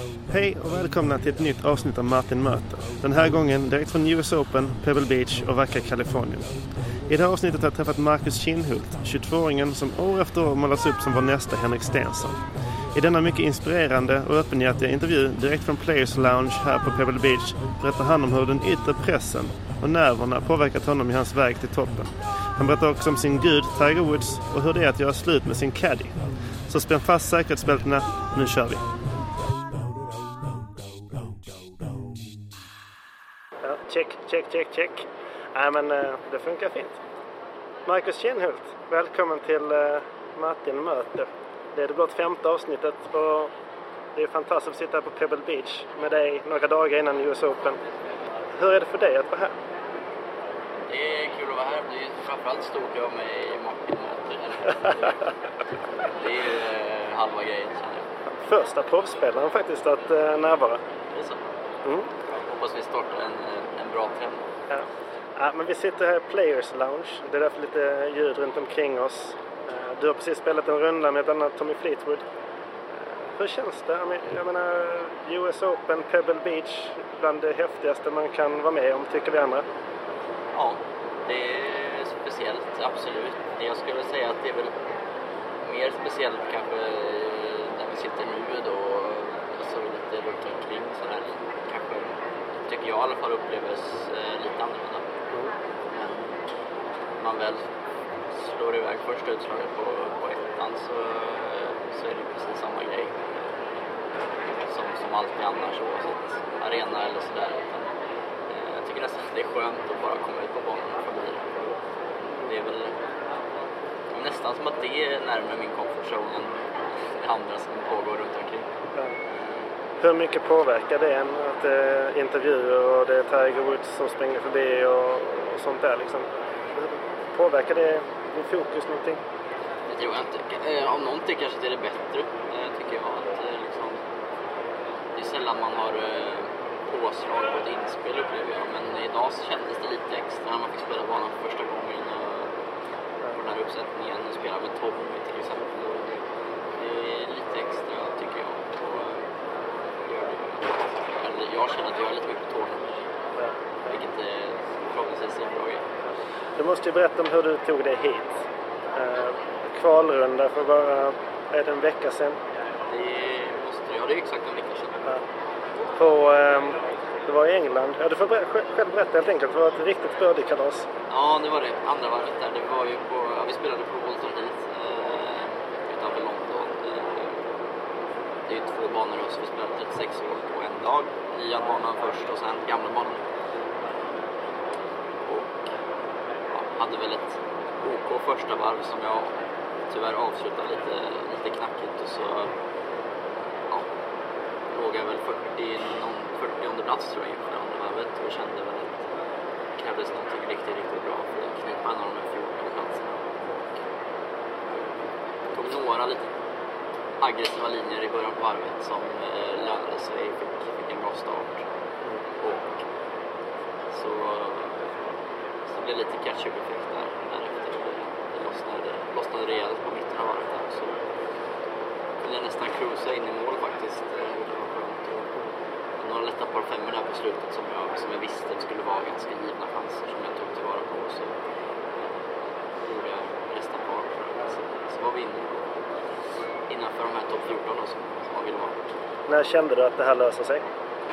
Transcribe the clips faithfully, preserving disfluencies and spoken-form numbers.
Hej och välkomna till ett nytt avsnitt av Martin möter. Den här gången direkt från U S Open, Pebble Beach och vackra Kalifornien. I det här avsnittet har jag träffat Marcus Kinnhult, tjugotvååringen som år efter år målas upp som vår nästa Henrik Stenson. I denna mycket inspirerande och öppenhjärtiga intervju direkt från Players Lounge här på Pebble Beach berättar han om hur den yttre pressen och nerverna påverkat honom i hans väg till toppen. Han berättar också om sin gud Tiger Woods och hur det är att göra slut med sin caddy. Så spänn fast säkerhetsbältena, nu kör vi! Ja, check, check, check, check. Nej, men uh, det funkar fint. Marcus Kinnhult, välkommen till uh, Martin möter. Det är det blott femte avsnittet och det är fantastiskt att sitta här på Pebble Beach med dig några dagar innan U S Open. Hur är det för dig att vara här? Det är kul att vara här. Det är framförallt stort jag med i Martin möter. Det är ju uh, halva grejen, känner jag. Första proffsspelaren faktiskt att uh, närvara. Det är så. Mm. Jag hoppas vi startar en, en bra trend. Ja. Ja, men vi sitter här i Players Lounge. Det är därför lite ljud runt omkring oss. Du har precis spelat en runda med bland annat Tommy Fleetwood. Hur känns det? Jag menar, U S Open, Pebble Beach, bland det häftigaste man kan vara med om, tycker vi andra. Ja, det är speciellt, absolut. Jag skulle säga att det är väl mer speciellt kanske där vi sitter nu då. Alltså lite runt omkring så här. Kanske, tycker jag i alla fall, upplevs lite annorlunda. Mm. Men man väl slår iväg första utslaget på, på ettan så, så är det precis samma grej som, som alltid annars, oavsett arena eller sådär. Eh, jag tycker nästan det är skönt att bara komma ut på banan och förbi det. Det är väl nästan som att det är närmare min comfort zone än det andra som pågår runt omkring. Ja. Hur mycket påverkar det en att det är intervjuer och det är Tiger Woods som springer förbi och, och sånt där liksom? Påverkar det din fokus någonting? Det tror jag inte. Eh, om någonting kanske det är det bättre, eh, tycker jag. Att, eh, liksom, det är sällan man har eh, påslag på ett inspel, upplever jag. Men idag så kändes det lite extra när man fick spela banan för första gången. Och på den här uppsättningen och spela med Tommy till exempel. Det är lite extra, tycker jag. Och, gör det, eller, jag känner att jag är lite mycket på tårna. Ja. Vilket är förhoppningsvis är en bra grej. Du måste ju berätta om hur du tog dig hit. Uh, kvalrunda för bara, är det en vecka sedan? Det måste jag, det är exakt en vecka sedan. Ja. På, um, det var i England. Ja, du får ber- själv berätta helt enkelt. Det var ett riktigt birdie-kalas. Ja, det var det. Andra varvet där. Det var ju på, ja, vi spelade på Walton Heath uh, utanför London. Uh, det är ju två banor och så vi spelade trettiosex år på en dag. Nya banan först och sen gamla banan. Hade väl ett OK första varv som jag tyvärr avslutade lite, lite knackigt och så ja, låg jag väl fyrtio, fyrtionde plats tror jag inför andra varvet och kände väl att det krävdes någonting riktigt, riktigt bra för att knipa en av de här fjorton platserna. Och tog några lite aggressiva linjer i början på varvet som eh, lönade sig, fick, fick en bra start och så det blev lite catch-up-effekt där därefter. Det lossnade, lossnade rejält på mitten av varvet där. Så kunde jag nästan cruisa in i mål faktiskt. Det var skönt. Och några lätta par femmor där på slutet som jag, som jag visste skulle vara ganska givna chanser som jag tog tillvara på. Så gjorde jag nästa par. Så, så var vi inne innanför de här topp fjorton då, som, som man vill vara. När kände du att det här löser sig?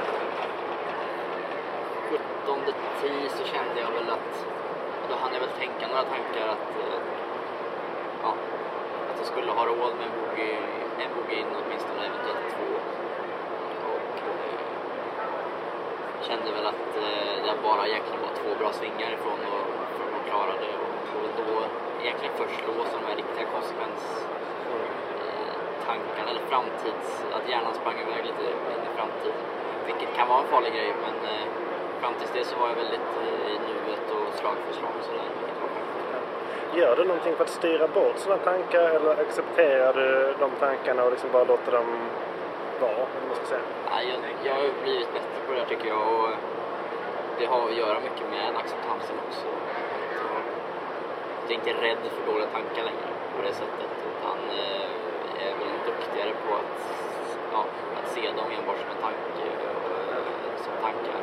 sjuttonde tio så kände jag väl att då hann jag väl tänka några tankar att ja, att jag skulle ha råd med en bogey, en bogey in åtminstone, eventuellt två och eh, kände väl att eh, jag bara egentligen var två bra svingar ifrån och, från att klara det och, och då egentligen först låsa de här riktiga konsekvens eh, tankarna eller framtids, att hjärnan sprang iväg lite in i framtiden, vilket kan vara en farlig grej, men eh, fram tills det så var jag väldigt eh, i nuet och slag för slag och sådär. Gör du någonting för att styra bort sådana tankar eller accepterar du de tankarna och liksom bara låter dem vara? Eller vad ska jag säga? Nej, jag, jag har blivit bättre på det här tycker jag och det har att göra mycket med acceptansen också. Jag är inte rädd för dåliga tankar längre på det sättet utan eh, är väl duktigare på att, ja, att se dem enbart som en tanke, som tankar.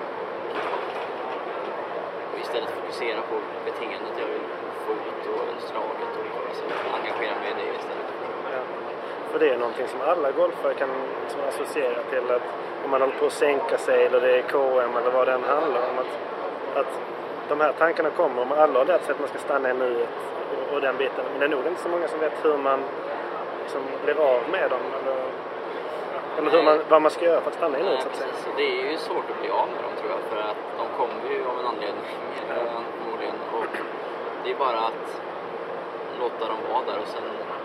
Och istället fokusera på beteendet jag vill få ut och slaget och alltså, engagera mig i det istället. Ja. För det är någonting som alla golfare kan som associera till att om man håller på att sänka sig eller det är K M eller vad den handlar om att, att de här tankarna kommer och alla har lärt sig att man ska stanna i nuet och, och den biten. Men det är nog inte så många som vet hur man liksom blir av med dem eller, eller hur man, vad man ska göra för att stanna i nuet. Så att säga. Det är ju svårt att bli av med dem tror jag för att de kommer ju av en anledning förmodligen och det är bara att låta dem vara där och sen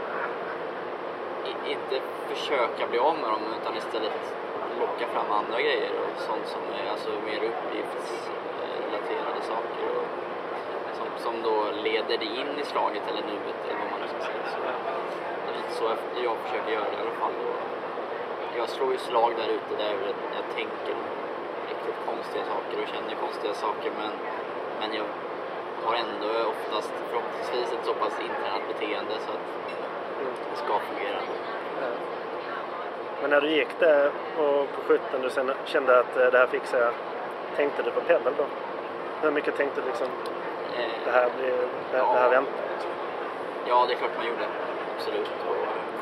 inte försöka bli av med dem utan istället locka fram andra grejer och sånt som är alltså mer uppgiftsrelaterade saker och som, som då leder dig in i slaget eller nuet eller vad man nu ska säga. Så det är lite så jag försöker göra det i alla fall. Och jag slår ju slag där ute där jag tänker riktigt konstiga saker och känner konstiga saker men, men jag har ändå oftast förhoppningsvis ett så pass intränat beteende så att det ska fungera. Ja. Men när du gick där och på sjutton du sen kände att det här fixar jag, tänkte du på Pebble då? Hur mycket tänkte du liksom eh, det här blir det, ja, det här väntar? Ja, det är klart man gjorde. Absolut. Och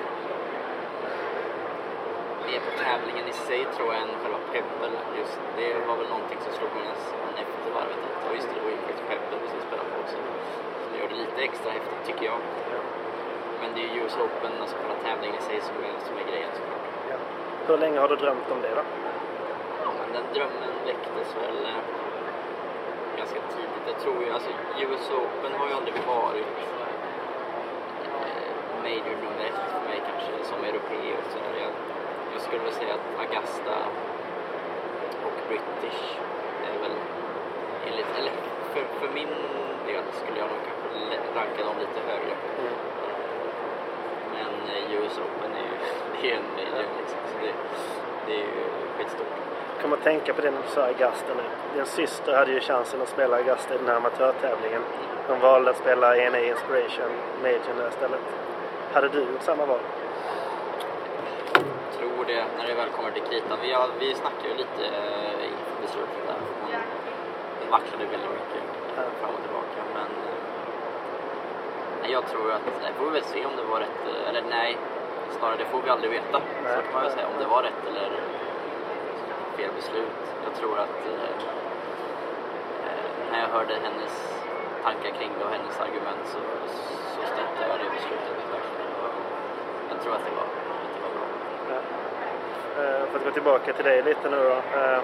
det på tävlingen i sig tror jag än själva Pebble. Just det var väl någonting som slog mig nästan efter varvet. Och just det var ju faktiskt Pebble vi ska spela på också. Som gör det lite extra häftigt tycker jag. Ja. Men det är ju U S Open, alltså själva tävlingen i sig som är, som är grejen såklart. Ja. Hur länge har du drömt om det då? Ja, men den drömmen väcktes väl eh, ganska tidigt. Jag tror ju, alltså U S Open har ju aldrig varit eh, major nummer ett för mig kanske som europé och så där. Jag, jag skulle väl säga att Augusta och British är väl enligt, eller för, för min del skulle jag nog kanske ranka dem lite högre. Mm. Men U S Open är ju det är en major liksom, så det, det är ju skitstort. Jag kommer att tänka på det när du sa Augusta nu. Din syster hade ju chansen att spela Augusta i den här amatörtävlingen. De valde att spela E N A Inspiration Major istället. Hade du gjort samma val? Jag tror det när det väl kommer till kritan. Vi, har, vi snackade ju lite i beslutet där. Hon, hon vacklade väldigt mycket fram och tillbaka. Men nej, jag tror att, nej, får vi väl se om det var rätt. Eller nej, snarare det får vi aldrig veta. Nej, så kan man väl säga om det var rätt eller fel beslut. Jag tror att eh, när jag hörde hennes tankar kring det och hennes argument så, så stötte jag det beslutet verkligen. Jag tror att det var, att det var bra. Ja. Uh, för att gå tillbaka till dig lite nu då. Um,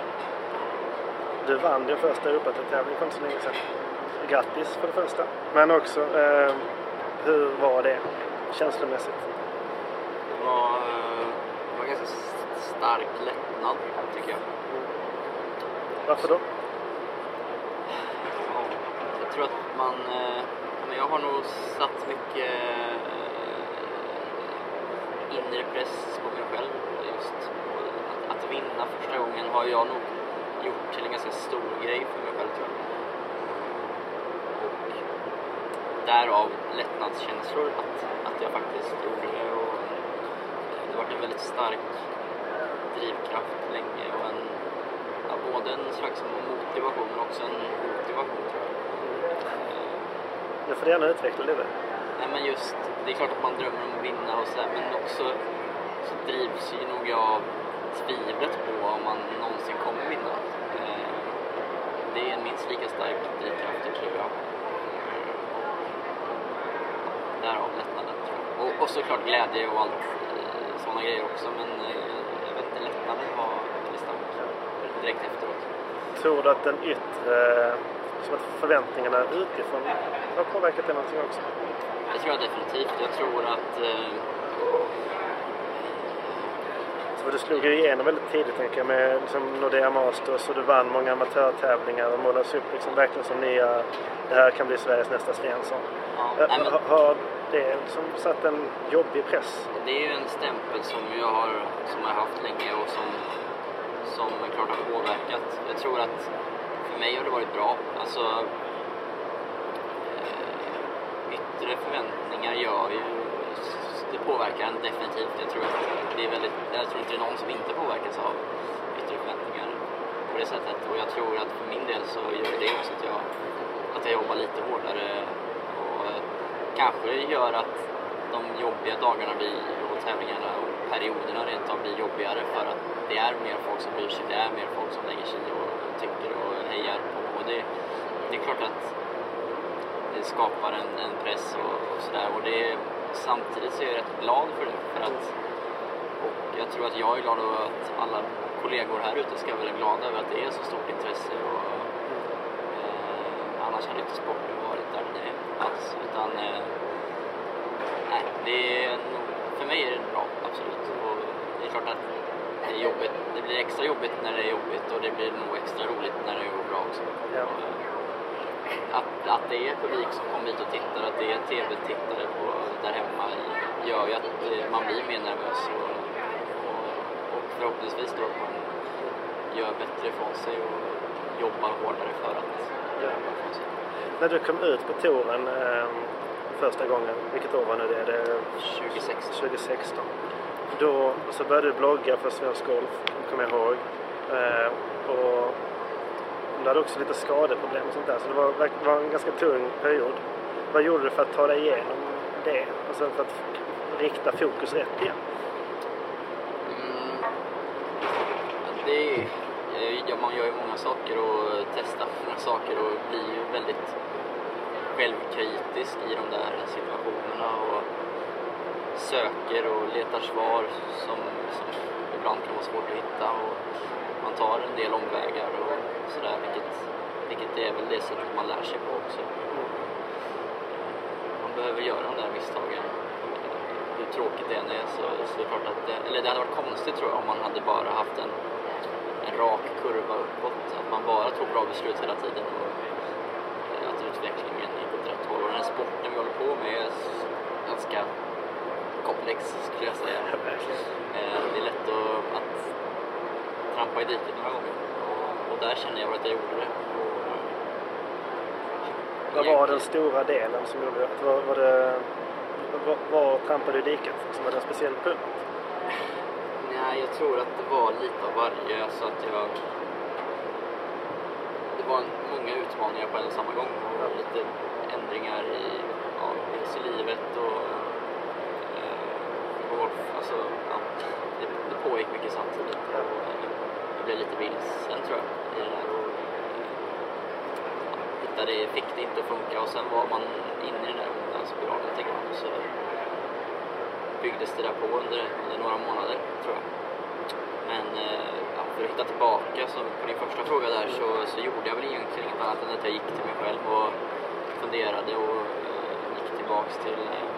du vann din första Europatävling för inte så länge sedan. Grattis för det första. Men också, uh, hur var det känslomässigt? Det var, uh, det var ganska stark lättnad tycker jag. Mm. Varför då? Ja, jag tror att man, uh, men jag har nog satt mycket uh, inre press på mig själv just. Att, att vinna första gången har jag nog gjort till en ganska stor grej för mig själv tror jag. Och därav lättnadskänslor att, att jag faktiskt gjorde det och det har varit en väldigt stark drivkraft länge och en, ja, både en slags motivation men också en motivation tror jag. Nu får du gärna utveckla lite. Nej men just, det är klart att man drömmer om att vinna och sådär men också så drivs ju nog av tvivlet på om man någonsin kommer vinna. Det är en minst lika stark drivkraft tror jag. Därav lättnaden tror jag. Och, och såklart glädje och allt sådana grejer också men jag vet inte, lättnaden var väldigt stark direkt efteråt. Tror du att den yttre, som att förväntningarna utifrån har påverkat det någonting också? Det tror jag definitivt. Jag tror att eh... så du slog ju igenom väldigt tidigt tänker jag med liksom Nordea Masters och du vann många amatörtävlingar och målades upp liksom verkligen som nya, det här kan bli Sveriges nästa Svensson. Ja, nej, men... Har det liksom satt en jobbig press? Det är ju en stämpel som jag har, som jag har haft länge och som, som klart har påverkat. Jag tror att för mig har det varit bra. Alltså yttre förväntningar gör ju det påverkar en definitivt. Jag tror, att det är väldigt, jag tror inte det är någon som inte påverkas av yttre förväntningar på det sättet. Och jag tror att för min del så gör det också att jag, att jag jobbar lite hårdare och kanske gör att de jobbiga dagarna blir, och tävlingarna och perioderna rent av blir jobbigare för att det är mer folk som bryr sig, det är mer folk som lägger sig och tycker och hejar på. Och det, det är klart att det skapar en, en press och, och sådär. Och det, samtidigt så är jag rätt glad för det. För att, och jag tror att jag är glad över att alla kollegor här ute ska vara glada över att det är så stort intresse. Och, eh, annars hade inte sporten varit där den är alls. Utan, eh, nej, det är, för mig är det bra, absolut. Och det är klart att det är jobbigt. Det blir extra jobbigt när det är jobbigt och det blir nog extra roligt när det går bra också. Ja. Att, att det är publik som kommer hit och tittar, att det är tv-tittare på, där hemma gör ju att man blir mer nervös och, och, och förhoppningsvis då att man gör bättre ifrån sig och jobbar hårdare för att göra bra ifrån sig. När du kom ut på touren eh, första gången, vilket år var nu det? det tjugohundrasexton. tjugohundrasexton. Då så började du blogga för Svensk Golf, kommer jag ihåg. Eh, och du hade också lite skadeproblem och sånt där. Så det var, var en ganska tung period. Vad gjorde du för att ta dig igenom det? Alltså för att rikta fokus rätt igen? Mm. Det, ja, man gör ju många saker och testar många saker och blir ju väldigt självkritisk i de där situationerna och söker och letar svar som, som ibland kan vara svårt att hitta. Och man tar en del omvägar och sådär, vilket, vilket är väl det sättet man lär sig på också. Man behöver göra de där misstagen. Hur tråkigt det än är så, så är det klart att det, eller det hade varit konstigt tror jag om man hade bara haft en, en rak kurva uppåt. Att man bara tog bra beslut hela tiden och att utvecklingen gick åt rätt håll. Och den sporten vi håller på med är ganska komplex skulle jag säga. Det är lätt att, att trampa i diket några gånger. Och, och där känner jag att jag gjorde det. Och, vad var den stora delen som gjorde det? Var, var det var, var trampade du i diket? Som var det en speciell punkt? Nej, jag tror att det var lite av varje. Så att jag... Det var en, många utmaningar på en och samma gång. Och lite ändringar i, ja, i livet och... Och, alltså, ja, det, det pågick mycket samtidigt och jag blev lite vilsen tror jag i det där och ja, hittade, fick det inte att funka och sen var man inne i den där onda spiralen lite grann och så byggdes det där på under, under några månader tror jag. Men ja, för att hitta tillbaka så på din första fråga där så, så gjorde jag väl egentligen inget annat än att jag gick till mig själv och funderade och uh, gick tillbaks till uh,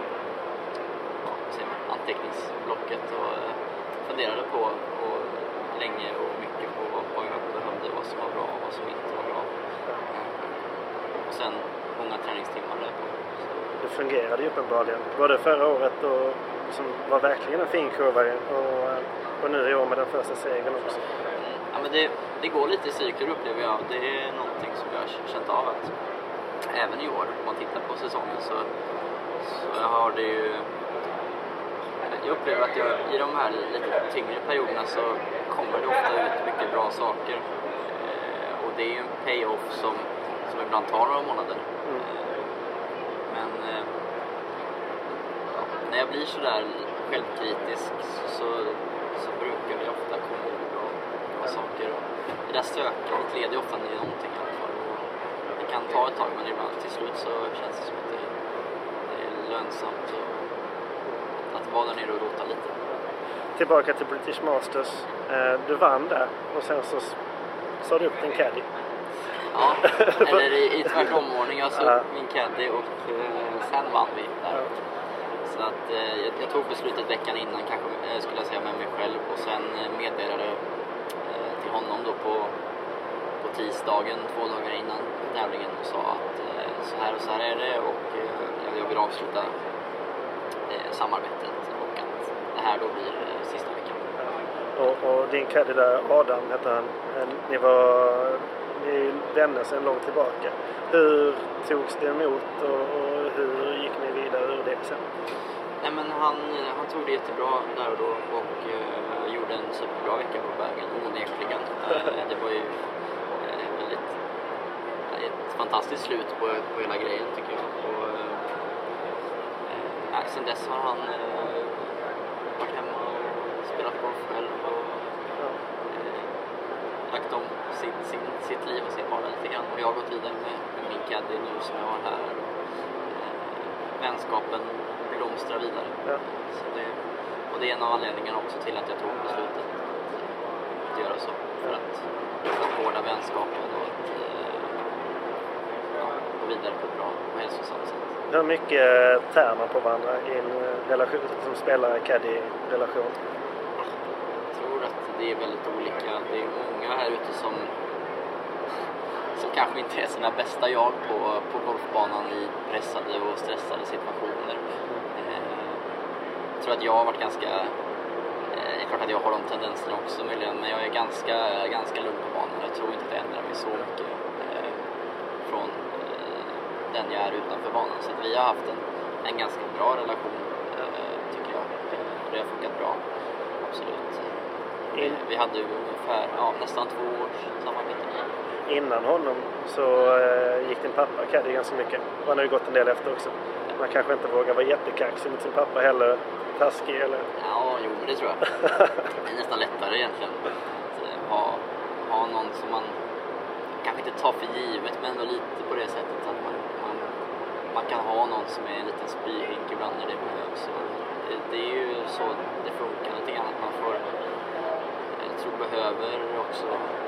anteckningsblocket och funderade på och länge och mycket på vad jag behövde, vad som var bra och vad som inte var bra. Och sen många träningstimmar där på. Det fungerade ju uppenbarligen. Både förra året och som var verkligen en fin kurva och, och nu i år med den första segern också. Mm. Ja, men det, det går lite i cykler upplever jag. Det är någonting som jag har känt av att även i år, om man tittar på säsongen så, så har det ju jag upplever att jag, i de här lite tyngre perioderna så kommer det ofta ut mycket bra saker. Eh, och det är ju en payoff som, som ibland tar några månader. Mm. Eh, men eh, ja, när jag blir sådär självkritisk så, så brukar det ofta komma ord och bra saker. Och det där sökandet leder ofta till någonting i alla fall. Och det kan ta ett tag men ibland till slut så känns det som att det, det är lönsamt. Och, att vara där nere och rota lite. Tillbaka till British Masters. Du vann där och sen så sa du upp din caddy. Ja, eller i, i tvärtomordning. Jag sa upp min caddy och uh, sen vann vi där. Ja. Så att uh, jag, jag tog beslutet veckan innan kanske uh, skulle jag säga med mig själv och sen meddelade uh, till honom då på, på tisdagen, två dagar innan tävlingen och sa att uh, så här och så här är det och uh, jag vill avsluta samarbetet och att det här då blir sista veckan. Och, och din caddy där, Adam heter han, ni var ni vänner sedan långt tillbaka. Hur togs det emot och, och hur gick ni vidare? ur det sen? Nej, men han, han tog det jättebra där och då och uh, gjorde en superbra vecka på vägen, onekligen. Uh, det var ju uh, väldigt, uh, ett fantastiskt slut på, på hela grejen, tycker jag. Och, uh, uh, sen dess har han uh, varit hemma och spelat golf själv och uh, lagt om sitt, sin, sitt liv och sin vardag lite grann. Och jag har gått vidare med, med min caddy nu som jag har här. Och, uh, vänskapen blomstrar vidare. Ja. Så det, och det är en av anledningarna också till att jag tog beslutet att, att göra så. För att, för att vårda vänskapen och att ja, gå vidare på ett bra och hälsosamt sätt. Hur mycket tär man på varandra i en relation som spelare-caddy-relation? Jag tror att det är väldigt olika. Det är många här ute som som kanske inte är sina bästa jag på, på golfbanan i pressade och stressade situationer. Jag tror att jag har varit ganska, eh, det är klart att jag har de tendenserna också möjligen, men jag är ganska, ganska lugn på banan. Jag tror inte att det ändrar mig så mycket eh, från eh, den jag är utanför banan. Så att vi har haft en, en ganska bra relation, eh, tycker jag. Eh, det har funkat bra, absolut. Vi, vi hade ju ungefär ja, nästan två års samarbete. Innan honom så eh, gick din pappa caddy ganska mycket. Han har ju gått en del efter också. Man kanske inte vågar vara jättekaxig mot sin pappa heller. Taskig eller? Ja, jo, men det tror jag. Det är nästan lättare egentligen. Att ha, ha någon som man kanske inte tar för givet, men ändå lite på det sättet att man, man, man kan ha någon som är en liten spyhink ibland när det behövs. Det, det är ju så det funkar lite grann, att man får, jag tror behöver också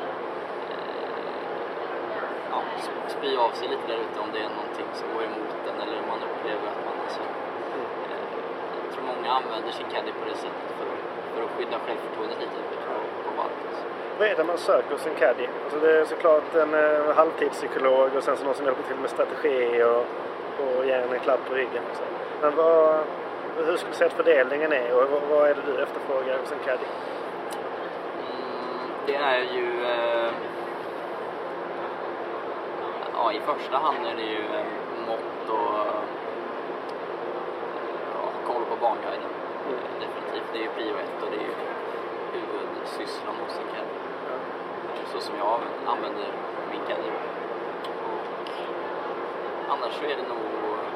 ja, spy av sig lite där ute om det är någonting som går emot den eller om man upplever att man alltså, mm. eh, jag tror många använder sin caddy på det sättet för, för att skydda självförtroendet lite på, på varvet. Vad är det man söker hos en caddy? Alltså det är såklart en eh, halvtidspsykolog och sen så någon som hjälper till med strategi och, och ger en en klapp på ryggen. Och så. Men vad, hur skulle du säga att fördelningen är och vad, vad är det du efterfrågar hos en caddy? Mm, det är ju eh, ja, i första hand är det ju mått och ja, koll på banguiden. Mm. Definitivt, det är ju prio ett och det är ju huvudsysslan hos en caddy. Mm. Så som jag använder min caddy. Annars så är det nog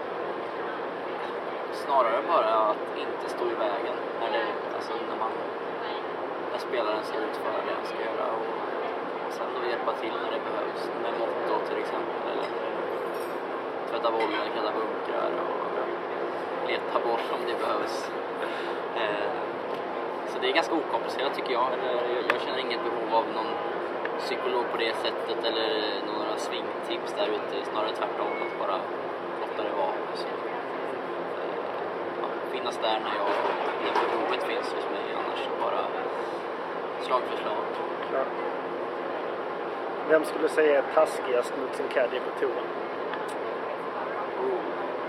snarare bara att inte stå i vägen när, det, alltså när, man, när spelaren ska utföra det han ska göra. Och, och sen då hjälpa till när det behövs med mått till exempel, eller tvätta bollen, kalla bunkrar och leta bort om det behövs. Eh, så det är ganska okomplicerat tycker jag. Jag, jag känner inget behov av någon psykolog på det sättet eller några svingtips där ute, snarare tvärtom att bara låta det vara. Så, eh, ja, finnas där när, jag, när behovet finns hos mig, annars bara slag för slag. Ja. Vem skulle säga är taskigast mot sin caddy på touren? Oh.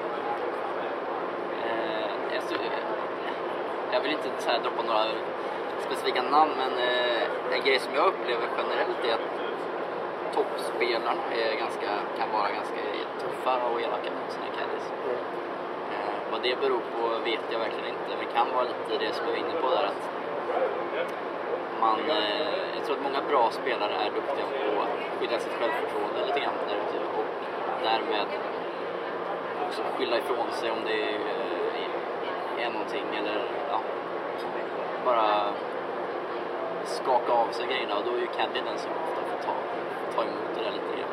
Eh, jag, jag vill inte så här droppa några specifika namn, men eh, en grej som jag upplever generellt är att toppspelarna är ganska, kan vara ganska tuffa och elaka mot sina caddies. Mm. Eh, vad det beror på vet jag verkligen inte, men det kan vara lite det som jag var inne på där, att man, eh, jag tror att många bra spelare är duktiga på att skydda sitt självförtroende lite grann där ute och därmed också skylla ifrån sig om det är, är någonting eller ja, bara skaka av sig grejerna, och då är ju caddy den som ofta får ta, ta emot det där lite grann.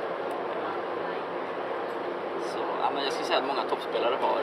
Så ja, men jag skulle säga att många toppspelare har,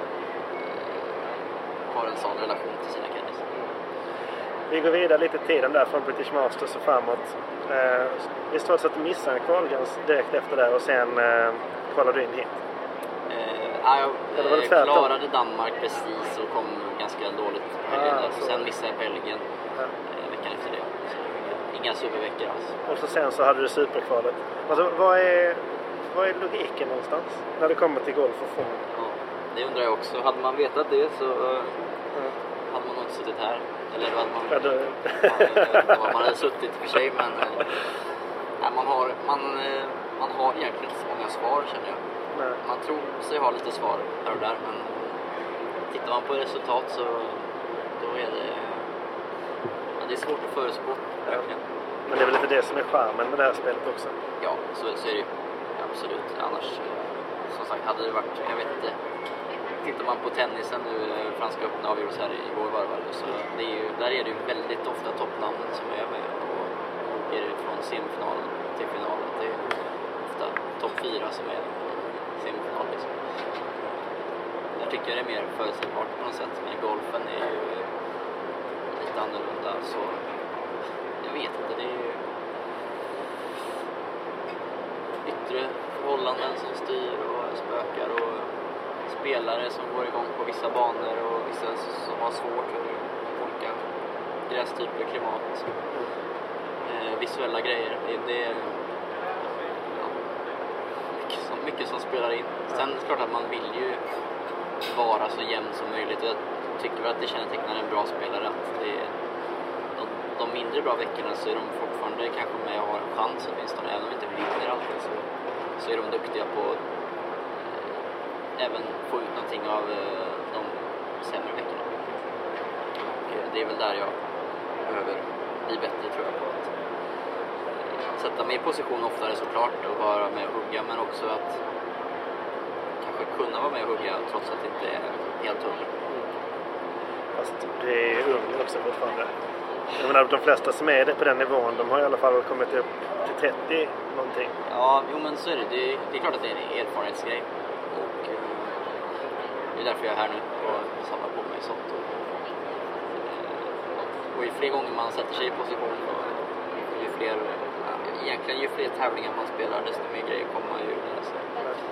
har en sån relation till sina caddies. Vi går vidare lite tiden där från British Masters och framåt. Eh, visst var det så att du missade en kvalgräns direkt efter där och sen eh, kvalade du in hit? Eh, ja, jag eh, klarade Danmark precis och kom ganska dåligt på helgen ah, där. Sen missade jag Belgien ja. eh, veckan efter det. Så, inga superveckor alls. Och så sen så hade du superkvalet. Alltså, vad är, vad är logiken någonstans när det kommer till golf och form? Ja, det undrar jag också. Hade man vetat det så uh, ja. hade man nog inte suttit här. Eller hade man, ja, du... ja, man hade suttit för sig, men äh, man, har, man, man har egentligen inte så många svar, känner jag. Nej. Man tror sig ha lite svar här och där, men tittar man på resultat så då är det, ja, det är svårt att förutspå, verkligen. Men det är väl lite det som är charmen med det här spelet också? Ja, så, så är det ju. Absolut. Annars, som sagt, hade det varit, jag vet inte, tittar man på tennisen nu, Franska öppna avgjordes här igår varvar, så det är ju, där är det ju väldigt ofta toppnamnen som är med och åker från semifinal till final. Det är ofta topp fyra som är i semifinal liksom. Jag tycker det är mer förutsägbart på något sätt, men golfen är ju lite annorlunda, så jag vet inte, det är ju yttre förhållanden som styr och spökar och spelare som går igång på vissa banor och vissa som har svårt för olika grästyper, klimat, eh, visuella grejer. Det, det är ja, mycket, som, mycket som spelar in. Sen är det klart att man vill ju vara så jämn som möjligt. Jag tycker att det kännetecknar en bra spelare att det är de, de mindre bra veckorna så är de fortfarande kanske med och har en chans åtminstone, även om de inte vinner alltid så, så är de duktiga på även få ut någonting av eh, de sämre veckorna. Och eh, det är väl där jag behöver bli bättre, tror jag, på att eh, sätta mig i position oftare såklart och vara med och hugga, men också att kanske kunna vara med och hugga trots att det inte är helt hundra. Fast det är ung också fortfarande. Jag menar, de flesta som är på den nivån, de har i alla fall kommit upp till trettio någonting. Ja, jo, men så är det. Det är, det är klart att det är en erfarenhetsgrej. Och eh, det är därför jag är här nu och samlar på mig sånt. Och, eh, och ju fler gånger man sätter sig i position och ju fler, ja, egentligen ju fler tävlingar man spelar, desto mer grejer kommer man ju lära sig.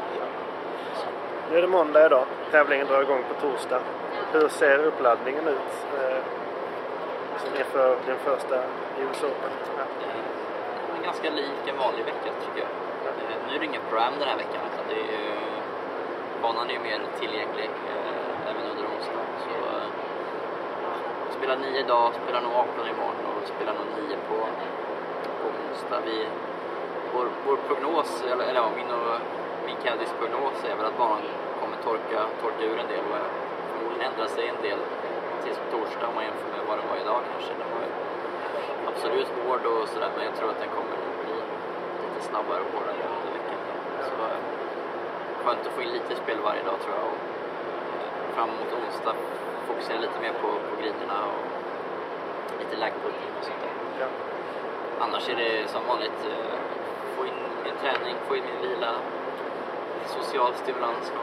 Nu är det måndag idag. Tävlingen drar igång på torsdag. Hur ser uppladdningen ut eh, som är för den första U S Open? Ja. Det är ganska lik en vanlig vecka, tycker jag. Eh, nu är det inget program den här veckan, utan det är ju, banan är ju mer tillgänglig eh, även under onsdag. Så eh, spelar nio idag, spelar nog arton imorgon och spelar nog nio på, på onsdag. Vi, vår, vår prognos, eller, eller ja, min och min Caddys prognos är väl att banan kommer torka, torka ur en del och förmodligen ändra sig en del tills på torsdag om man jämför med vad den var idag kanske. Den var absolut hård och sådär, men jag tror att den kommer bli lite snabbare och hårdare under veckan. Så eh, skönt att få in lite spel varje dag, tror jag. Och, eh, fram mot onsdag fokusera lite mer på, på griderna och lite lagputting och sånt där. Ja. Annars är det som vanligt eh, få in min träning, få in min vila, social stimulans från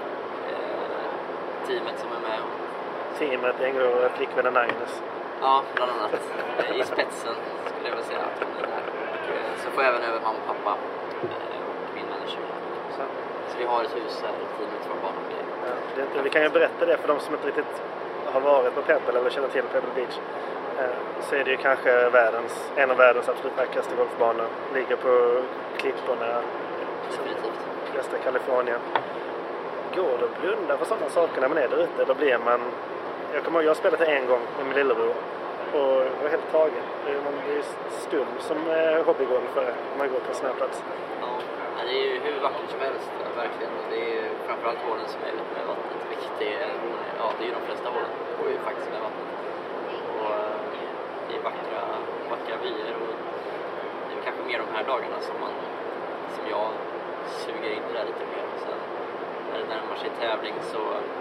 eh, teamet som är med. Teamet, ingår flickvännen Agnes. Ja, bland annat. I spetsen skulle jag vilja säga att hon är där. Och, eh, så får jag även över mamma och pappa eh, och min manager. Så, så vi har ett hus här i teamet från barn. Ja, det, vi kan ju berätta det för de som inte riktigt har varit på Pebble eller känner till Pebble Beach. Eh, så är det ju kanske världens, en av världens absolut vackraste golfbanor. Ligger på klipporna. Definitivt. Västra Kalifornien. Går det att blunda för sådana saker när man är där ute? Då blir man... Jag kommer ihåg, jag har spelat det en gång med min lillebror. Och jag var helt tagen. Man blir stum som hobbygolfare när man går på en sån här plats. Ja, det är ju hur vackert som helst, verkligen. Det är ju framförallt hålen som är ute med vattnet. Vilket det är, ja, det är ju de flesta hålen. Det går ju faktiskt med vattnet. Och det är vackra, vackra vyer. Och det är kanske mer de här dagarna som man, som jag suger in det där lite mer. Och sen när det närmar sig tävling så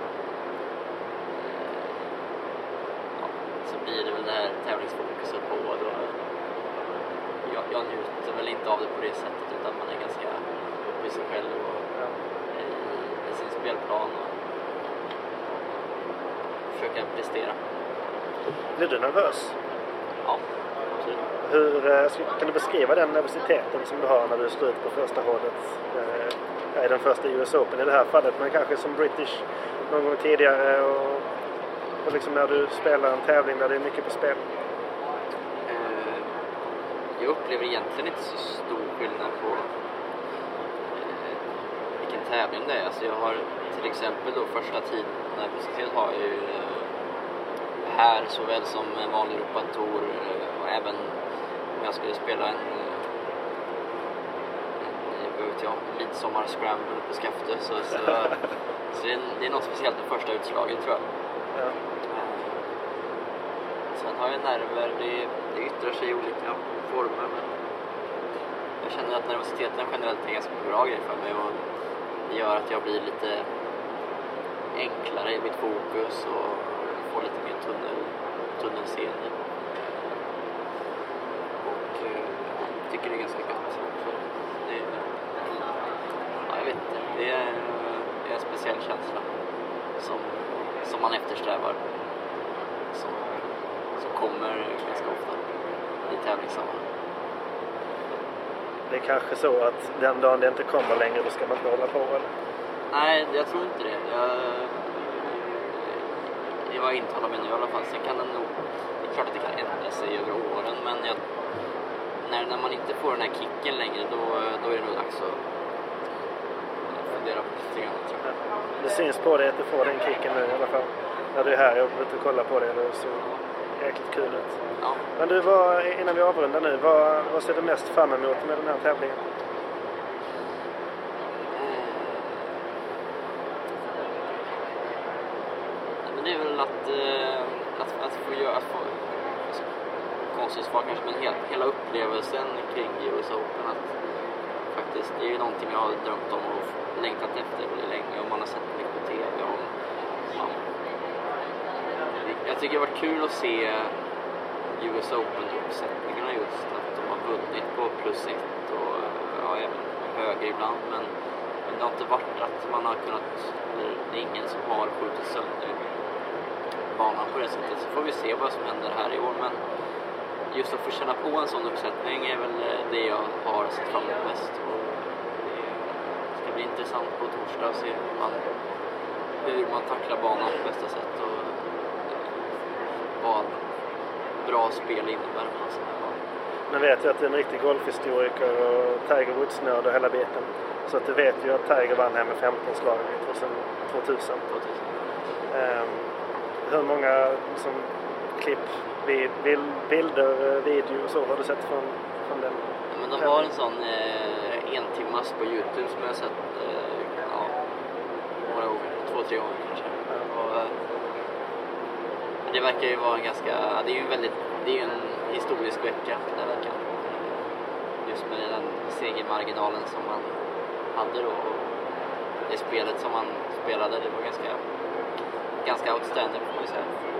ja, så blir det väl det här tävlingsfokuset på. Då jag, jag njuter väl inte av det på det sättet, utan man är ganska uppe i sig själv och i, i sin spelplan och försöka prestera. Blir du nervös? Ja, absolut. Hur, kan du beskriva den nervositeten som du har när du står ut på första hålet eh, i den första U S Open i det här fallet, men kanske som British någon gång tidigare och, och liksom när du spelar en tävling där det är mycket på spel? Eh, jag upplever egentligen inte så stor skillnad på eh, vilken tävling det är. Alltså jag har till exempel då första tiden när precis har jag ju eh, här såväl som en vanlig European Tour och även om jag skulle spela en, en vad vet jag, midsommar scramble på Skafte. Så, så, så det, är, det är något speciellt med första utslaget, tror jag. Ja. Sen har jag nerver, det, det yttrar sig i olika former. Men jag känner att nervositeten generellt är en ganska bra grej för mig. Och det gör att jag blir lite enklare i mitt fokus och får lite mer tunnel, tunnelseende. Och jag tycker det är ganska gött. Det, ja, jag vet inte, det är, det är en speciell känsla som, som man eftersträvar. Som, som kommer ganska ofta i tävlingssammanhang. Det är kanske så att den dagen det inte kommer längre, då ska man inte hålla på, eller? Nej, jag tror inte det. Jag, det var intalat mig nu i alla fall. Sen kan den nog, det är klart att det kan ändra sig över åren, men jag, när, när man inte får den här kicken längre, då, då är det nog dags att fundera på lite grann, tror jag. Det syns på dig att du får den kicken nu i alla fall. När du är här och ute och kollar på det, det så jäkligt kul ut. Ja. Men du, var, innan vi avrundar nu, vad, vad ser du mest fram emot med den här tävlingen? Det är väl att, eh, att, att få göra, att få, alltså, konstigt svar kanske, men hela, hela upplevelsen kring U S Open, att faktiskt, det är ju någonting jag har drömt om och längtat efter väldigt länge, och man har sett mycket på tv. Och, ja. Jag tycker det har varit kul att se U S Open-uppsättningarna just, att de har vunnit på plus ett och ja, även högre ibland, men, men det har inte varit att man har kunnat, eller det är ingen som har skjutit sönder banan på det sättet. Så får vi se vad som händer här i år, men just att få känna på en sån uppsättning är väl det jag har sett fram emot mest. Och det ska bli intressant på torsdag att se man, hur man tacklar banan på bästa sätt och vad bra spel innebär på en sån här bana. Men vet ju att du är en riktig golfhistoriker och Tiger Woods-nörd och hela biten. Så att du vet ju att Tiger vann här med femton slag tvåtusen. Um, hur många som klipp, vid, bilder, video och så har du sett från, från den? Ja, men de har en sån eh, en timmas på YouTube som jag har sett eh, ja, några år, två, tre år kanske. Ja. Och, eh, det verkar ju vara en ganska, det är ju en väldigt, det är ju en historisk vecka den veckan. Just med den segermarginalen som man hade då. Och det spelet som man spelade, det var ganska ganska outstanding, får vi säga.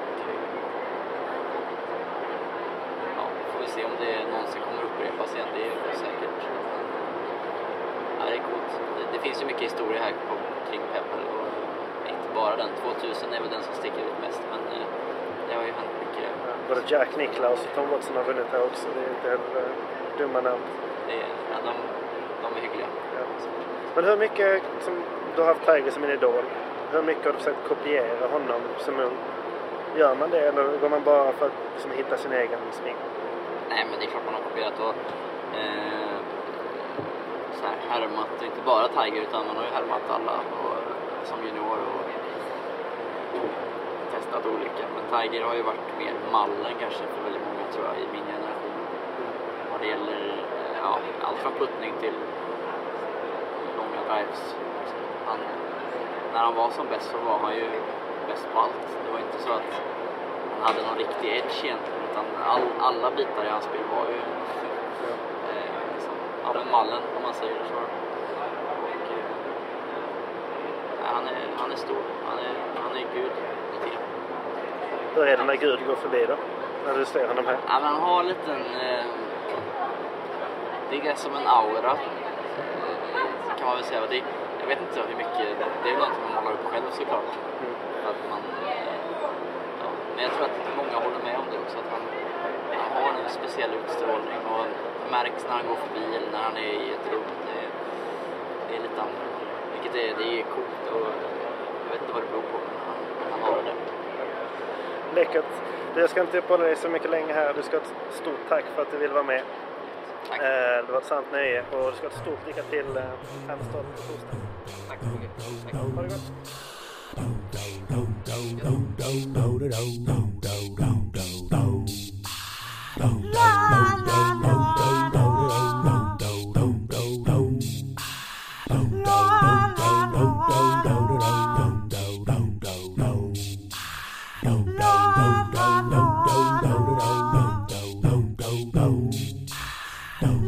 Ja, får vi se om det någonsin kommer upprepas igen, det är ju säkert. Ja, det är coolt. Det, det finns ju mycket historia här på, kring Pebble, och inte bara den. tvåtusen är väl den som sticker ut mest, men eh, det har ju hänt mycket. Både Jack Nicklaus och Tom Watson har vunnit här också, det är inte heller uh, dumma namn. Det är, ja, de, de är hyggliga. Ja. Men hur mycket, som du har haft Tiger som en idol, hur mycket har du försökt kopiera honom som ung? Gör man det, eller går man bara för att liksom hitta sin egen sving? Nej, men det är klart man har kopierat och eh, så här, härmat, inte bara Tiger utan man har ju härmat alla och, som junior och testat olika. Men Tiger har ju varit mer mallen kanske för väldigt många, tror jag, i min generation. Vad det gäller ja, allt från puttning till långa drives. Han, när han var som bäst så var han ju bäst på allt. Det var inte så att han hade någon riktig edge egentligen, utan all, alla bitar i hans spel var ju eh, liksom, ja, den mallen, om man säger så. Och, eh, han, är, han är stor, han är, han är Gud i tiden. Hur är det när Gud går förbi då? När du ser honom här? Ja, men han har en liten eh, det är som en aura, eh, kan man väl säga. Det, jag vet inte hur mycket, det är ju något man målar upp själv såklart. Mm. Att man, ja, men jag tror att många håller med om det också, att han, han har en speciell utstrålning och det märks när han går förbi eller när han är i ett rum. Det, det är lite annorlunda, vilket är, det är coolt och jag vet inte vad det beror på, men han, han har det. Läckert. Jag ska inte uppehålla dig så mycket länge här. Du ska ha ett stort tack för att du vill vara med. Tack. Det var ett sant nöje och du ska ha ett stort lycka till här med starten på torsdag. Tack så mycket. Tack. Ha det gott. La la la la la la la la la No.